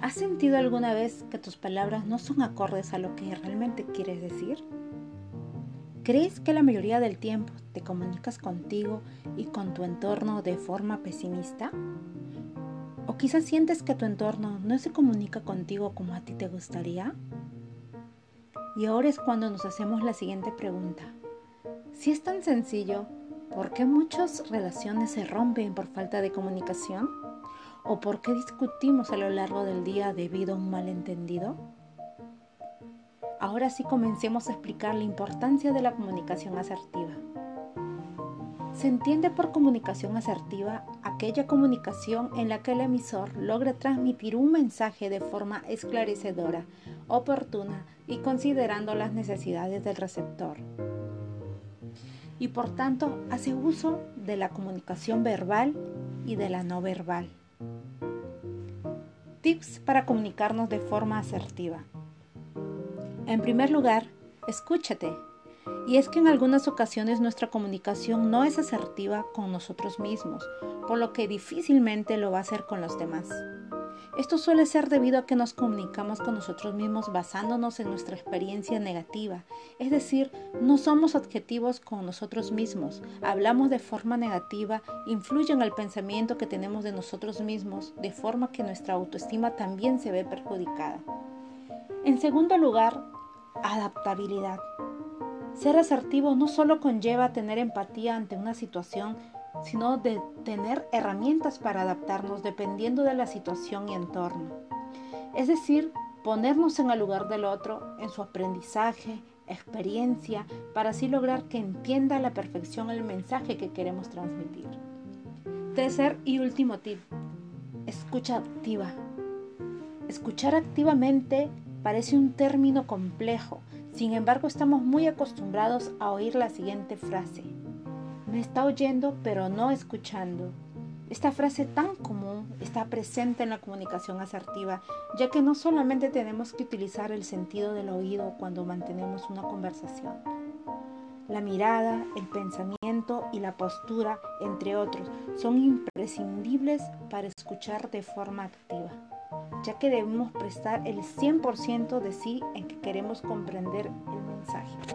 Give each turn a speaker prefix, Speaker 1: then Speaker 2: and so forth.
Speaker 1: ¿Has sentido alguna vez que tus palabras no son acordes a lo que realmente quieres decir? ¿Crees que la mayoría del tiempo te comunicas contigo y con tu entorno de forma pesimista? ¿O quizás sientes que tu entorno no se comunica contigo como a ti te gustaría? Y ahora es cuando nos hacemos la siguiente pregunta. Si es tan sencillo, ¿por qué muchas relaciones se rompen por falta de comunicación? ¿O por qué discutimos a lo largo del día debido a un malentendido? Ahora sí comencemos a explicar la importancia de la comunicación asertiva. Se entiende por comunicación asertiva aquella comunicación en la que el emisor logra transmitir un mensaje de forma esclarecedora, oportuna y considerando las necesidades del receptor. Y por tanto hace uso de la comunicación verbal y de la no verbal. Tips para comunicarnos de forma asertiva. En primer lugar, escúchate. Y es que en algunas ocasiones nuestra comunicación no es asertiva con nosotros mismos, por lo que difícilmente lo va a hacer con los demás. Esto suele ser debido a que nos comunicamos con nosotros mismos basándonos en nuestra experiencia negativa, es decir, no somos objetivos con nosotros mismos, hablamos de forma negativa, influye en el pensamiento que tenemos de nosotros mismos, de forma que nuestra autoestima también se ve perjudicada. En segundo lugar, adaptabilidad. Ser asertivo no solo conlleva tener empatía ante una situación, sino de tener herramientas para adaptarnos dependiendo de la situación y entorno. Es decir, ponernos en el lugar del otro, en su aprendizaje, experiencia, para así lograr que entienda a la perfección el mensaje que queremos transmitir. Tercer y último tip, escucha activa. Escuchar activamente parece un término complejo, sin embargo estamos muy acostumbrados a oír la siguiente frase: me está oyendo pero no escuchando. Esta frase tan común está presente en la comunicación asertiva, ya que no solamente tenemos que utilizar el sentido del oído cuando mantenemos una conversación. La mirada, el pensamiento y la postura, entre otros, son imprescindibles para escuchar de forma activa, ya que debemos prestar el 100% de sí en que queremos comprender el mensaje.